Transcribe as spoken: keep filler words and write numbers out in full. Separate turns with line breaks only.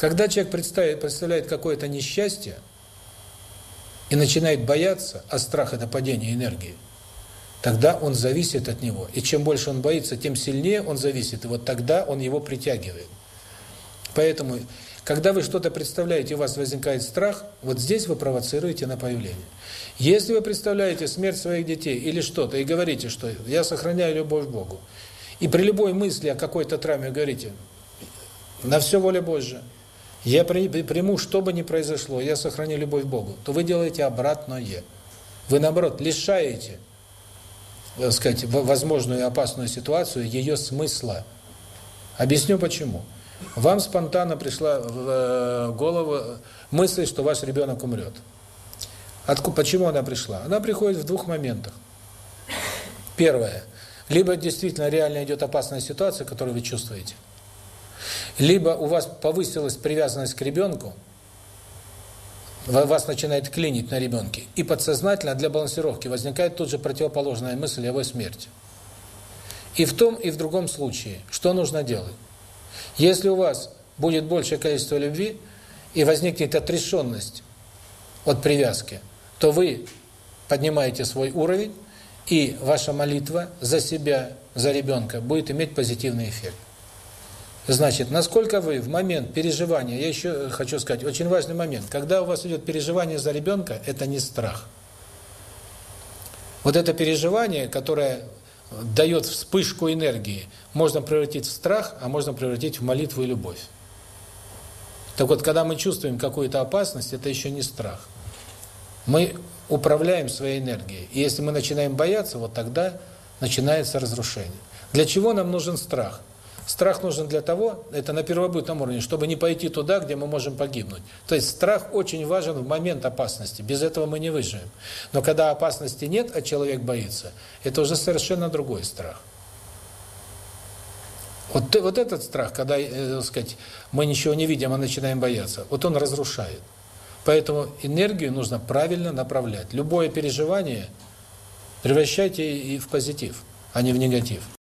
Когда человек представляет, представляет какое-то несчастье и начинает бояться, а страх – это падение энергии, тогда он зависит от него. И чем больше он боится, тем сильнее он зависит, и вот тогда он его притягивает. Поэтому, когда вы что-то представляете, у вас возникает страх, вот здесь вы провоцируете на появление. Если вы представляете смерть своих детей или что-то, и говорите, что я сохраняю любовь к Богу, и при любой мысли о какой-то травме говорите, на все воля Божья, я приму, что бы ни произошло, я сохраню любовь к Богу, то вы делаете обратное. Вы, наоборот, лишаете, так сказать, возможную опасную ситуацию ее смысла. Объясню почему. Вам спонтанно пришла в голову мысль, что ваш ребенок умрет. Откуда, почему она пришла? Она приходит в двух моментах. Первое. Либо действительно реально идет опасная ситуация, которую вы чувствуете, либо у вас повысилась привязанность к ребенку, вас начинает клинить на ребенке, и подсознательно для балансировки возникает тут же противоположная мысль о его смерти. И в том, и в другом случае, что нужно делать? Если у вас будет большее количество любви и возникнет отрешенность от привязки, то вы поднимаете свой уровень, и ваша молитва за себя, за ребенка будет иметь позитивный эффект. Значит, насколько вы в момент переживания, я еще хочу сказать, очень важный момент, когда у вас идет переживание за ребенка, это не страх. Вот это переживание, которое дает вспышку энергии, можно превратить в страх, а можно превратить в молитву и любовь. Так вот, когда мы чувствуем какую-то опасность, это еще не страх. Мы управляем своей энергией. И если мы начинаем бояться, вот тогда начинается разрушение. Для чего нам нужен страх? Страх нужен для того, это на первобытном уровне, чтобы не пойти туда, где мы можем погибнуть. То есть страх очень важен в момент опасности, без этого мы не выживем. Но когда опасности нет, а человек боится, это уже совершенно другой страх. Вот, вот этот страх, когда, э, так сказать, мы ничего не видим, а начинаем бояться, вот он разрушает. Поэтому энергию нужно правильно направлять. Любое переживание превращайте и в позитив, а не в негатив.